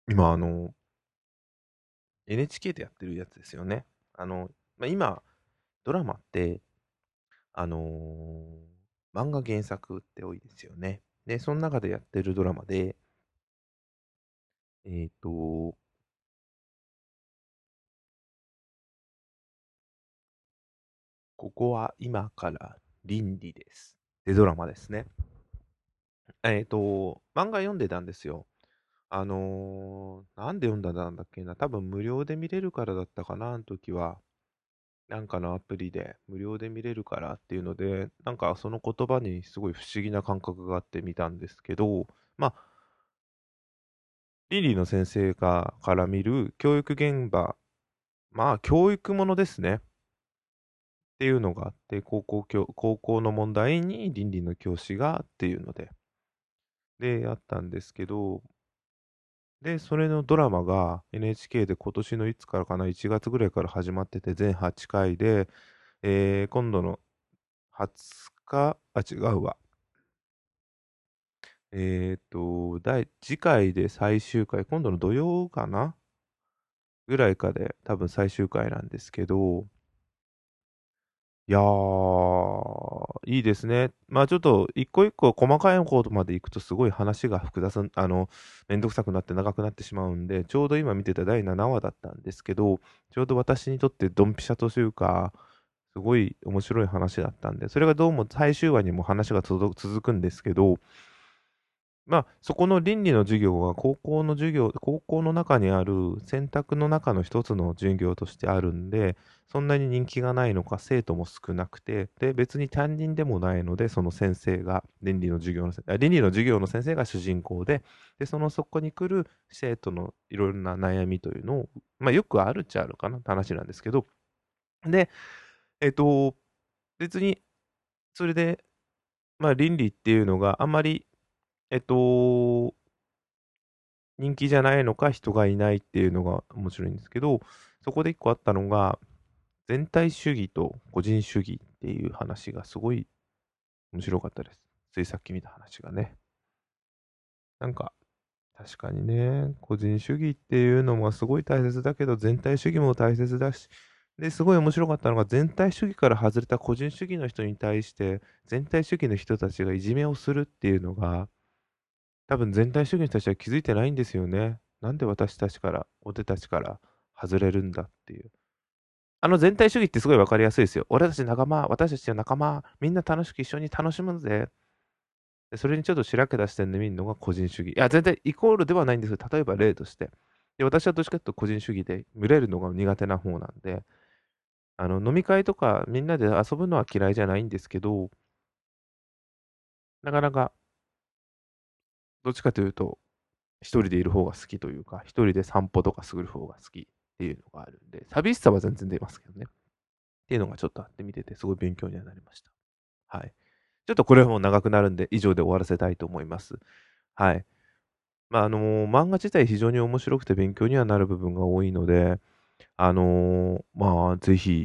今、NHK でやってるやつですよね。今、ドラマって、あのー漫画原作って多いですよね。で、その中でやってるドラマで、えっと、ここは今から倫理です。で、ドラマですね。漫画読んでたんですよ。なんで読んだんだっけな。多分無料で見れるからだったかな、あの時は。なんかのアプリで無料で見れるからっていうので、なんかその言葉にすごい不思議な感覚があって見たんですけど、まあ、リリーの先生から見る教育現場、まあ、教育ものですね。っていうのがあって、高校の問題に倫理の教師がっていうので、やったんですけど、で、それのドラマが NHK で今年のいつからかな、1月ぐらいから始まってて、全8回で、今度の20日、違うわ。次回で最終回、今度の土曜かなぐらいかで多分最終回なんですけど、いやー、いいですね。まあちょっと一個一個細かいことまで行くとすごい話が複雑、めんどくさくなって長くなってしまうんで、ちょうど今見てた第7話だったんですけど、ちょうど私にとってドンピシャというか、すごい面白い話だったんで、それがどうも最終話にも話が続くんですけど、まあ、そこの倫理の授業は高校の中にある選択の中の一つの授業としてあるんで、そんなに人気がないのか、生徒も少なくて、で、別に担任でもないので、その先生が、倫理の授業の先生が主人公で、そこに来る生徒のいろんな悩みというのを、まあ、よくあるっちゃあるかなって話なんですけど、で、えっと、別に、それで、まあ、倫理っていうのがあんまり、えっと、人気じゃないのか人がいないっていうのが面白いんですけど、そこで一個あったのが、全体主義と個人主義っていう話がすごい面白かったです。ついさっき見た話がね。なんか、確かにね、個人主義っていうのもすごい大切だけど、全体主義も大切だし、で、すごい面白かったのが、全体主義から外れた個人主義の人に対して、全体主義の人たちがいじめをするっていうのが、多分全体主義の人たちは気づいてないんですよね。なんで俺たちから外れるんだっていう。あの全体主義ってすごいわかりやすいですよ。私たちは仲間、みんな楽しく一緒に楽しむぜ。でそれにちょっとしらけた視点で見るのが個人主義。いや、全然イコールではないんですけど、例えば例として。で、私はどっちかというと個人主義で、群れるのが苦手な方なんで、飲み会とかみんなで遊ぶのは嫌いじゃないんですけど、なかなかどっちかというと、一人でいる方が好きというか、一人で散歩とかする方が好きっていうのがあるんで、寂しさは全然出ますけどね。っていうのがちょっとあって見てて、すごい勉強にはなりました。はい。ちょっとこれも長くなるんで、以上で終わらせたいと思います。はい。まあ、漫画自体非常に面白くて勉強にはなる部分が多いので、まあ、ぜひ、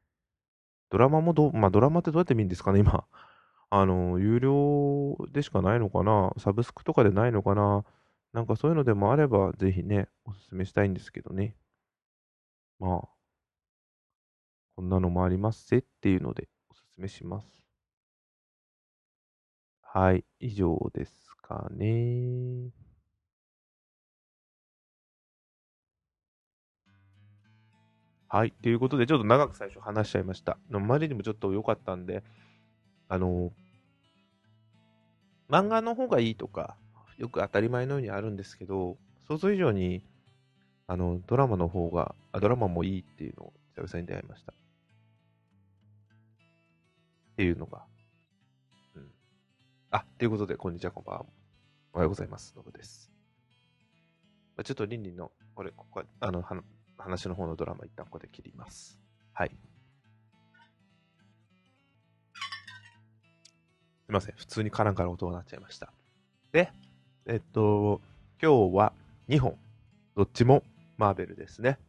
ドラマってどうやって見るんですかね、今。有料でしかないのかなサブスクとかでないのかななんかそういうのでもあれば、ぜひね、おすすめしたいんですけどね。まあ、こんなのもありますぜっていうので、おすすめします。はい、以上ですかね。はい、ということで、ちょっと長く最初話しちゃいました。周りにもちょっと良かったんで、あの、漫画の方がいいとか、よく当たり前のようにあるんですけど、想像以上に、ドラマもいいっていうのを久々に出会いました。っていうのが、うん。ということで、こんにちは、こんばんは。おはようございます。のぶです。ちょっと倫理の、ここは、話の方のドラマ一旦ここで切ります。はい。すいません。普通にカランカラン音が鳴っちゃいました。で、今日は2本。どっちもマーベルですね。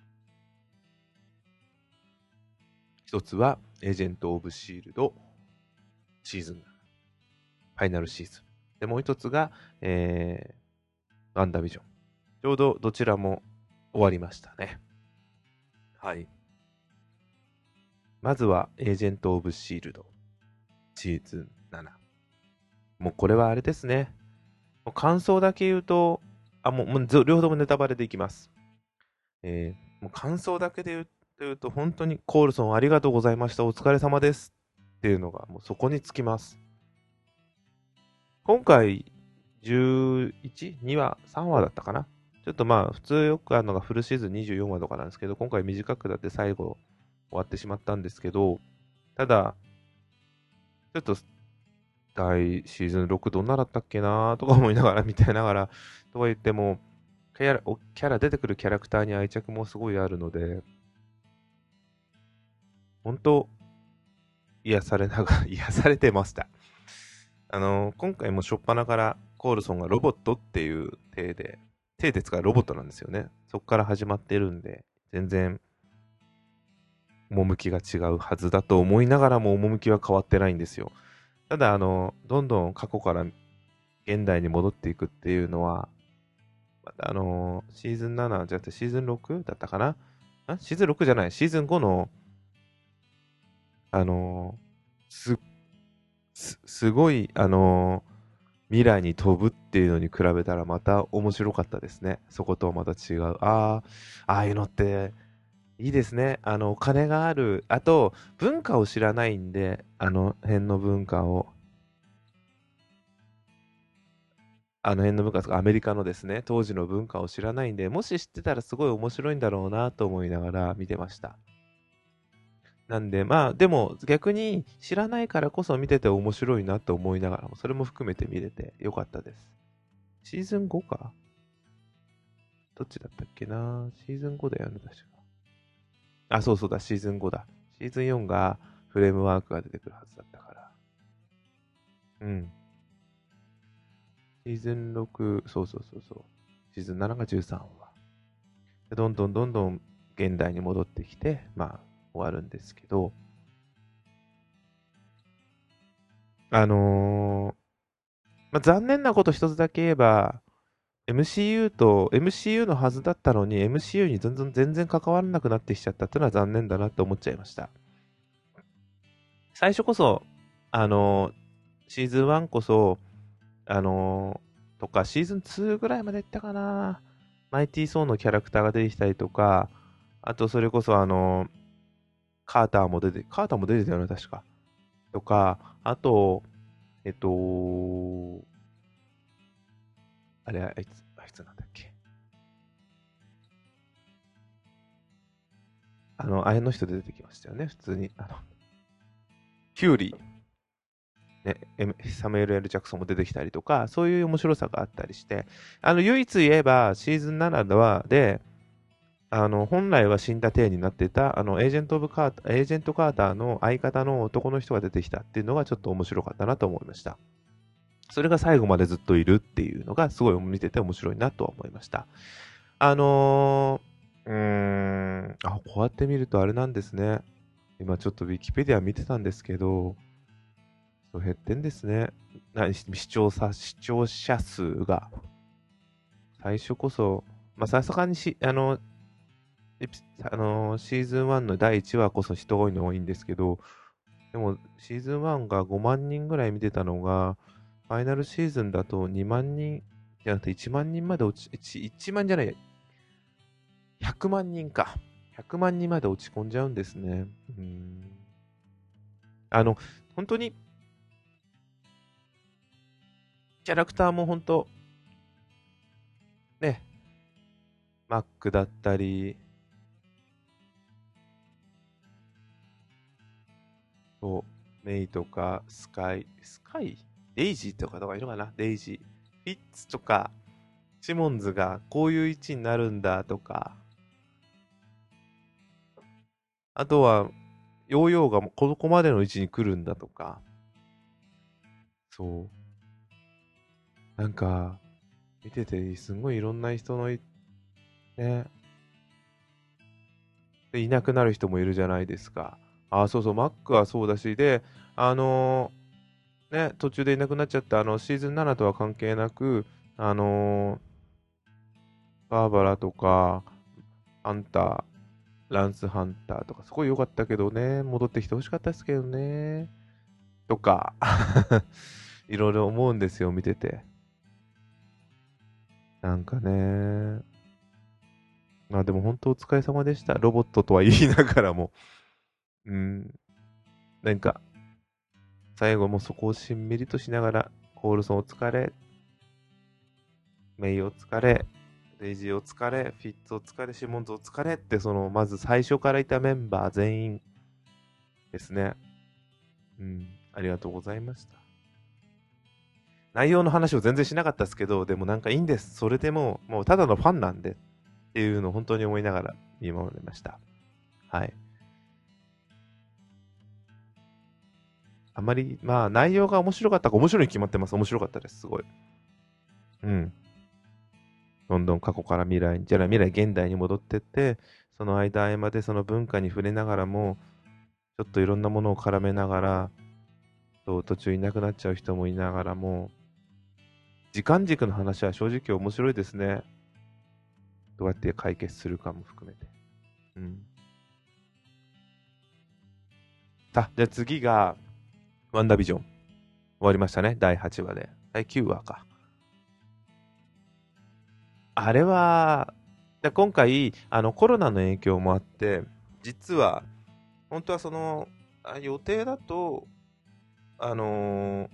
一つは、エージェント・オブ・シールドシーズン、ファイナルシーズン。で、もう一つが、ワンダービジョン。 ちょうどどちらも終わりましたね。はい。まずは、エージェント・オブ・シールド、シーズン7。もうこれはあれですね。もう感想だけ言うと、もう両方ともネタバレでいきます。もう感想だけで言うと、本当にコールソンありがとうございました。お疲れ様です。っていうのが、もうそこにつきます。今回、11、2話、3話だったかな。ちょっとまあ、普通よくあるのがフルシーズン24話とかなんですけど、今回短くだって最後終わってしまったんですけど、ただ、ちょっとシーズン6どんなだったっけなとか思いながら見てながら、とは言っても、出てくるキャラクターに愛着もすごいあるので、本当癒されてました。今回も初っ端からコールソンがロボットっていう体で使うロボットなんですよね。そこから始まってるんで、全然趣が違うはずだと思いながらも趣は変わってないんですよ。ただ、どんどん過去から現代に戻っていくっていうのは、またシーズン7じゃなくてシーズン 6? だったかなシーズン6じゃない、シーズン5の、あのーすごい、未来に飛ぶっていうのに比べたらまた面白かったですね。そことはまた違う。ああいうのっていいですね。お金がある。あと、文化を知らないんで、あの辺の文化とかアメリカのですね、当時の文化を知らないんで、もし知ってたらすごい面白いんだろうなと思いながら見てました。なんで、まあ、でも逆に知らないからこそ見てて面白いなと思いながらも、それも含めて見れてよかったです。シーズン 5 かどっちだったっけなシーズン5だよね、確か。そうそうだ、シーズン5だ。シーズン4がフレームワークが出てくるはずだったから。うん。シーズン6、そうそうそうそう。シーズン7が13話。でどんどんどんどん現代に戻ってきて、まあ、終わるんですけど、あのーまあ、残念なこと一つだけ言えば、MCU のはずだったのに MCU に全然関わらなくなってきちゃったっていうのは残念だなって思っちゃいました。最初こそ、あのーシーズン1こそ、とか、シーズン2ぐらいまでいったかな。マイティー・ソーのキャラクターが出てきたりとか、あと、それこそ、カーターも出てたよね、確か。とか、あと、えっと、あいつなんだっけ。あれの人出てきましたよね、普通に。フューリー。ね、サムエル・エル・ジャクソンも出てきたりとか、そういう面白さがあったりして、唯一言えば、シーズン7で、本来は死んだ体になっていた、エージェント・カーターの相方の男の人が出てきたっていうのがちょっと面白かったなと思いました。それが最後までずっといるっていうのがすごい見てて面白いなとは思いました。こうやって見るとあれなんですね。今ちょっとウィキペディア見てたんですけど、減ってんですね。視聴者数が。最初こそ、まあ、さすがにエピシーズン1の第1話こそ人が多いのがいいんですけど、でもシーズン1が5万人ぐらい見てたのが、ファイナルシーズンだと2万人じゃなくて1万人まで1万じゃない、100万人か。100万人まで落ち込んじゃうんですね。うん。本当にキャラクターも本当、ね、マックだったり、そう、メイとか、スカイデイジーとかいるのかなデイジー。フィッツとか、シモンズがこういう位置になるんだとか、あとは、ヨーヨーがここまでの位置に来るんだとか、そう。なんか、見てて、すごいいろんな人のね、で、いなくなる人もいるじゃないですか。そうそう、マックはそうだし、で、あの途中でいなくなっちゃった、シーズン7とは関係なく、あのバーバラとか、ハンター、ランスハンターとか、すごい良かったけどね、戻ってきてほしかったですけどね、とか、いろいろ思うんですよ、見てて。なんかね、まあでも本当お疲れ様でした。ロボットとは言いながらも。うん。なんか、最後もそこをしんみりとしながら、コールソンお疲れ、メイお疲れ、デイジーお疲れ、フィッツお疲れ、シモンズお疲れって、まず最初からいたメンバー全員ですね。うん。ありがとうございました。内容の話を全然しなかったですけど、でもなんかいいんです。それでもうただのファンなんでっていうのを本当に思いながら見守りました。はい。あまり、まあ内容が面白かったか面白いに決まってます。面白かったです。すごい。うん。どんどん過去から未来に、じゃあ未来現代に戻ってって、その間合間でその文化に触れながらも、ちょっといろんなものを絡めながら、途中いなくなっちゃう人もいながらも、時間軸の話は正直面白いですね。どうやって解決するかも含めて。うん。じゃあ次が、ワンダービジョン。終わりましたね。第8話で。第9話か。あれは、今回、コロナの影響もあって、実は、本当は予定だと、あの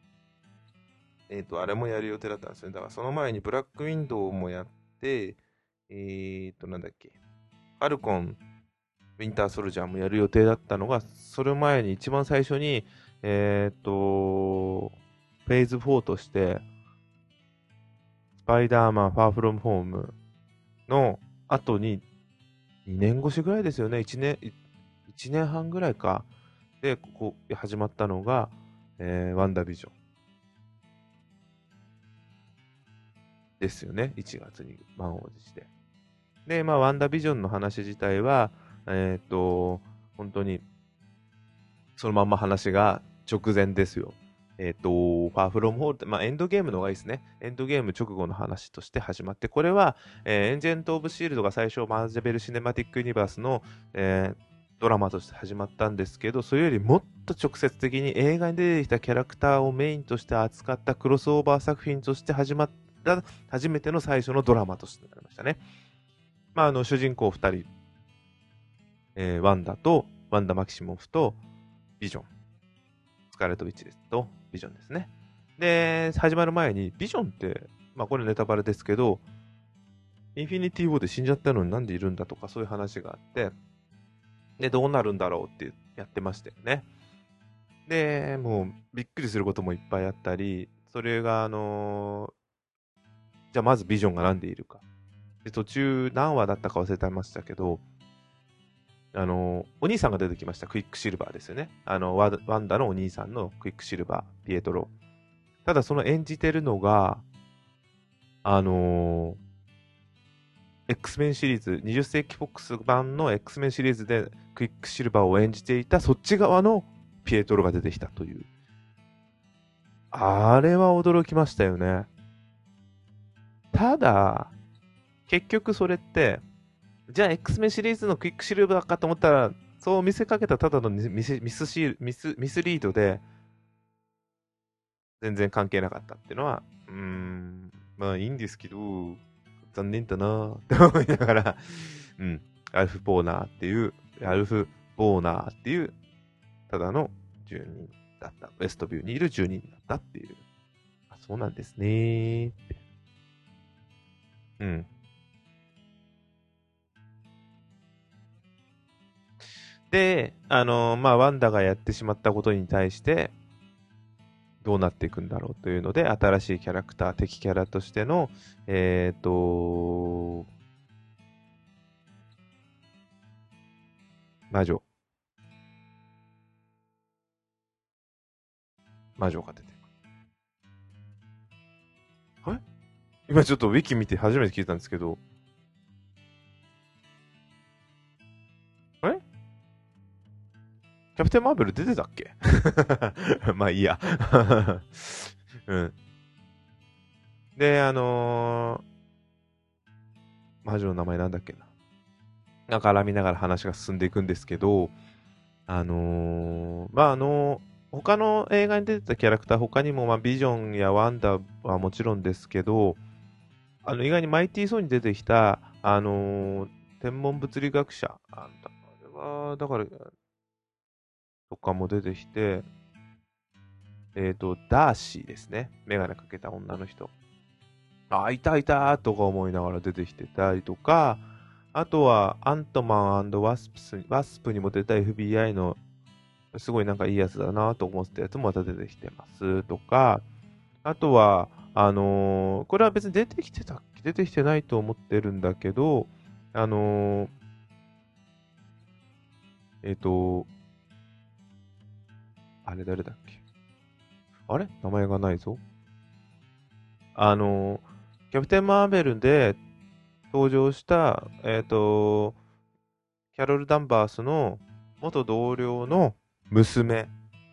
あれもやる予定だったんですね。だからその前にブラックウィンドウもやって、なんだっけ、ファルコン、ウィンターソルジャーもやる予定だったのが、それ前に一番最初に、フェーズ4として、スパイダーマン、ファーフロムホームの後に、2年越しぐらいですよね。1年半ぐらいか。で、ここ始まったのが、ワンダービジョンですよね。1月に満を持して。で、まあ、ワンダービジョンの話自体は、本当に、そのまんま話が直前ですよ。ファーフロムホールって、まあ、エンドゲームの方がいいですね。エンドゲーム直後の話として始まって、これは、エンジェント・オブ・シールドが最初、マージャベル・シネマティック・ユニバースの、ドラマとして始まったんですけど、それよりもっと直接的に映画に出てきたキャラクターをメインとして扱ったクロスオーバー作品として始まった初めての最初のドラマとしてなりましたね。まあ、主人公2人、ワンダ・マキシモフとビジョン、スカーレット・ウィッチですとビジョンですね。で、始まる前に、ビジョンって、まあこれネタバレですけど、インフィニティ・ウォーで死んじゃったのになんでいるんだとかそういう話があって、で、どうなるんだろうってやってましたよね。で、もうびっくりすることもいっぱいあったり、それが、じゃあまずビジョンがなんでいるか。で、途中何話だったか忘れてましたけど、お兄さんが出てきました。クイックシルバーですよね。ワンダのお兄さんのクイックシルバー、ピエトロ。ただその演じてるのが、あの X メンシリーズ、20世紀フォックス版の X メンシリーズでクイックシルバーを演じていたそっち側のピエトロが出てきたという。あれは驚きましたよね。ただ、結局それって、じゃあ X メンシリーズのクイックシルバーかと思ったら、そう見せかけたただのミスリードで、全然関係なかったっていうのは、まあいいんですけど、残念だなーって思いながら、うん、アルフ・ボーナーっていう、アルフ・ボーナーっていう、ただの住人だった。ウェストビューにいる住人だったっていう。あ、そうなんですねーって。うん。で、まあ、ワンダがやってしまったことに対して、どうなっていくんだろうというので、新しいキャラクター、敵キャラとしての、えっ、と、魔女。魔女が出てくる。今ちょっとウィキ見て初めて聞いたんですけど、あれキャプテンマーベル出てたっけ？まあいいや。うん。で、 魔女の名前なんだっけな。なんか絡みながら話が進んでいくんですけど、まあ、他の映画に出てたキャラクター、他にも、まあ、ビジョンやワンダはもちろんですけど、意外にマイティー・ソーに出てきた、天文物理学者、あれは、だから、とかも出てきて、ダーシーですね。メガネかけた女の人。あ、いたいたとか思いながら出てきてたりとか、あとは、アントマンワスプにも出た FBI の、すごいなんかいいやつだなと思ってたやつもまた出てきてますとか、あとは、これは別に出てきてたっけ出てきてないと思ってるんだけど、あのーえっ、と、あれ誰だっけあれ名前がないぞ。キャプテン・マーベルで登場した、キャロル・ダンバースの元同僚の娘。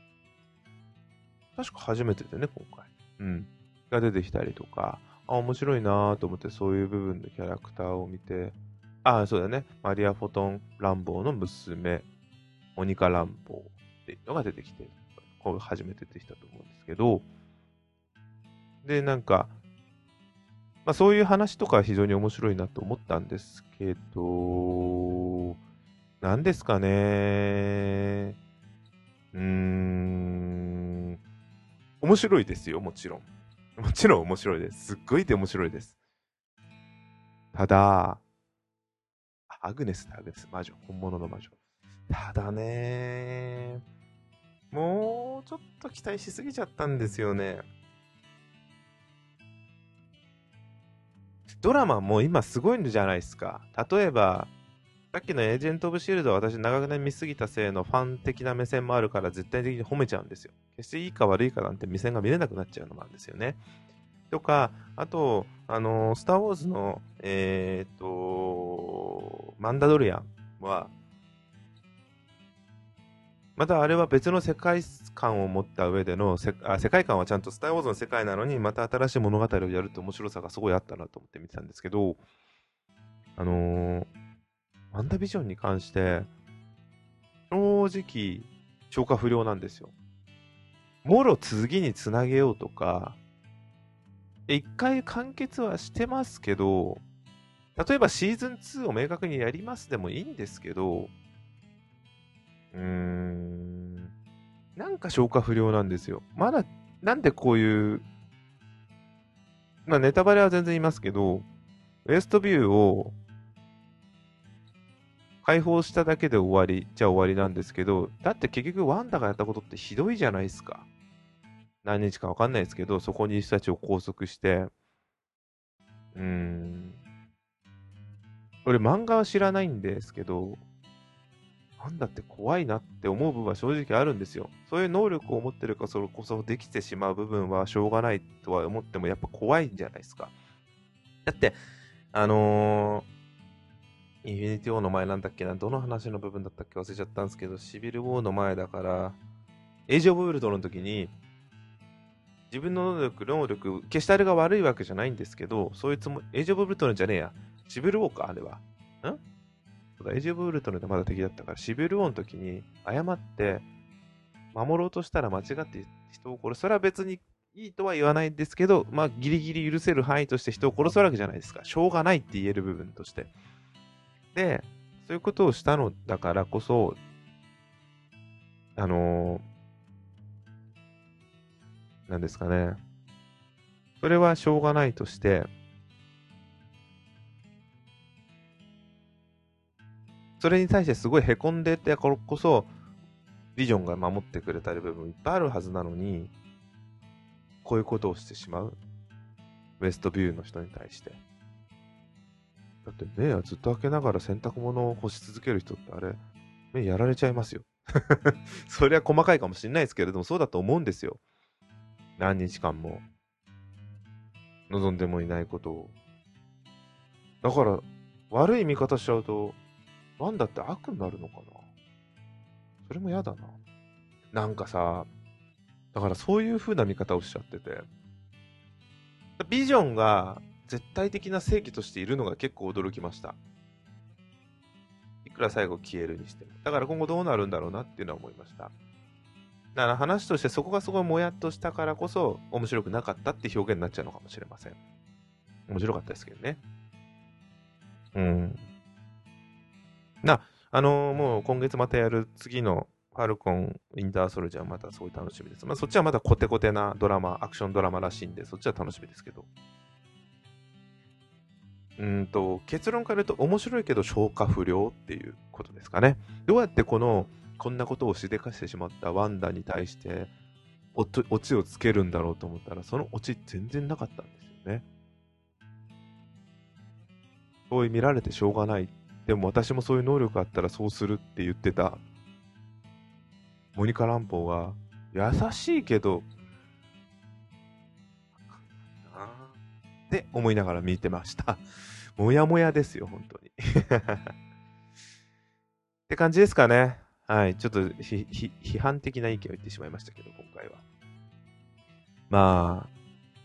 確か初めてでね、今回。うん。が出てきたりとか、面白いなと思って、そういう部分のキャラクターを見て、そうだね。マリア・フォトン・ランボーの娘、モニカ・ランボーっていうのが出てきて、これ初めて出てきたと思うんですけど、で、なんか、まあそういう話とかは非常に面白いなと思ったんですけど、なんですかね。面白いですよ、もちろん。もちろん面白いです。すっごい面白いです。ただ、アグネスだ、アグネス。魔女。本物の魔女。ただね、もうちょっと期待しすぎちゃったんですよね。ドラマも今すごいんじゃないですか。例えば、さっきのエージェント・オブ・シールドは私長年見すぎたせいのファン的な目線もあるから絶対的に褒めちゃうんですよ。決していいか悪いかなんて目線が見れなくなっちゃうのもあるんですよね。とか、あと、スター・ウォーズの、マンダドリアンは、またあれは別の世界観を持った上での世界観はちゃんとスター・ウォーズの世界なのに、また新しい物語をやるって面白さがすごいあったなと思って見てたんですけど、あのーワンダービジョンに関して、正直、消化不良なんですよ。もろ次につなげようとか、一回完結はしてますけど、例えばシーズン2を明確にやりますでもいいんですけど、なんか消化不良なんですよ。まだ、なんでこういう、まあネタバレは全然言いますけど、ウエストビューを解放しただけで終わりじゃ終わりなんですけど、だって結局ワンダがやったことってひどいじゃないですか。何日かわかんないですけど、そこにいる人たちを拘束して、うーん、俺漫画は知らないんですけど、なんだって怖いなって思う部分は正直あるんですよ。そういう能力を持ってるからそれこそできてしまう部分はしょうがないとは思ってもやっぱ怖いんじゃないですか。だって、あのインフィニティ・ウォーの前なんだっけな、どの話の部分だったっけ忘れちゃったんですけど、シビル・ウォーの前だから、エイジ・オブ・ウルトロンの時に、自分の能力、決してあれが悪いわけじゃないんですけど、そういうつもり、エイジ・オブ・ウルトロンじゃねえや。シビル・ウォーか、あれは。そうだ、エイジ・オブ・ウルトロンでまだ敵だったから、シビル・ウォーの時に、誤って、守ろうとしたら間違って人を殺す。それは別にいいとは言わないんですけど、まあ、ギリギリ許せる範囲として人を殺すわけじゃないですか。しょうがないって言える部分として。で、そういうことをしたのだからこそ、あのなんですかね。それはしょうがないとして、それに対してすごい凹んでてからこそ、ビジョンが守ってくれたり部分いっぱいあるはずなのに、こういうことをしてしまう。ウェストビューの人に対して。だって目はずっと開けながら洗濯物を干し続ける人ってあれ、目やられちゃいますよ。そりゃ細かいかもしれないですけれども、そうだと思うんですよ。何日間も望んでもいないことを。だから、悪い見方しちゃうと、ワンダって悪になるのかな。それも嫌だな。なんかさ、だからそういう風な見方をしちゃってて。ビジョンが絶対的な正義としているのが結構驚きました。いくら最後消えるにしても。だから今後どうなるんだろうなっていうのは思いました。だから話としてそこがすごいもやっとしたからこそ面白くなかったって表現になっちゃうのかもしれません。面白かったですけどね。うん。もう今月またやる次のファルコン、ウィンターソルジャーまたすごい楽しみです。まあそっちはまだコテコテなドラマ、アクションドラマらしいんで、そっちは楽しみですけど。結論から言うと面白いけど消化不良っていうことですかね。どうやってこんなことをしでかしてしまったワンダに対してオチをつけるんだろうと思ったら、そのオチ全然なかったんですよね。そういう見られてしょうがない。でも私もそういう能力あったらそうするって言ってたモニカ・ランポーが優しいけど、って思いながら見てました。もやもやですよ、本当に。って感じですかね。はい。ちょっと批判的な意見を言ってしまいましたけど、今回は。まあ、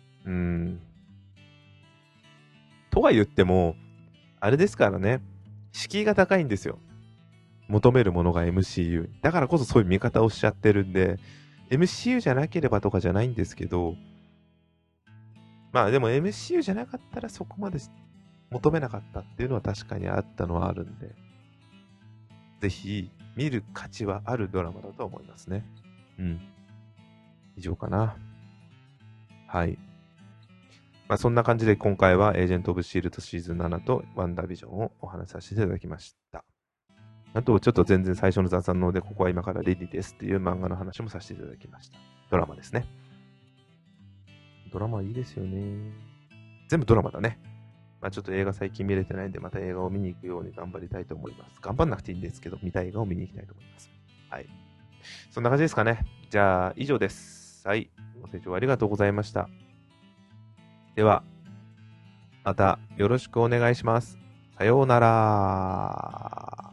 とは言っても、あれですからね、敷居が高いんですよ。求めるものが MCU。だからこそそういう見方をしちゃってるんで、MCU じゃなければとかじゃないんですけど、まあでも MCU じゃなかったらそこまで求めなかったっていうのは確かにあったのはあるんで、ぜひ見る価値はあるドラマだと思いますね。うん。以上かな。はい。まあそんな感じで今回はエージェント・オブ・シールドシーズン7とワンダービジョンをお話しさせていただきました。あと、ちょっと全然最初の雑談の方で、ここは今からレディですっていう漫画の話もさせていただきました。ドラマですね。ドラマいいですよね。全部ドラマだね。まあちょっと映画最近見れてないんで、また映画を見に行くように頑張りたいと思います。頑張んなくていいんですけど、見たい映画を見に行きたいと思います。はい。そんな感じですかね。じゃあ、以上です。はい。ご清聴ありがとうございました。では、またよろしくお願いします。さようなら。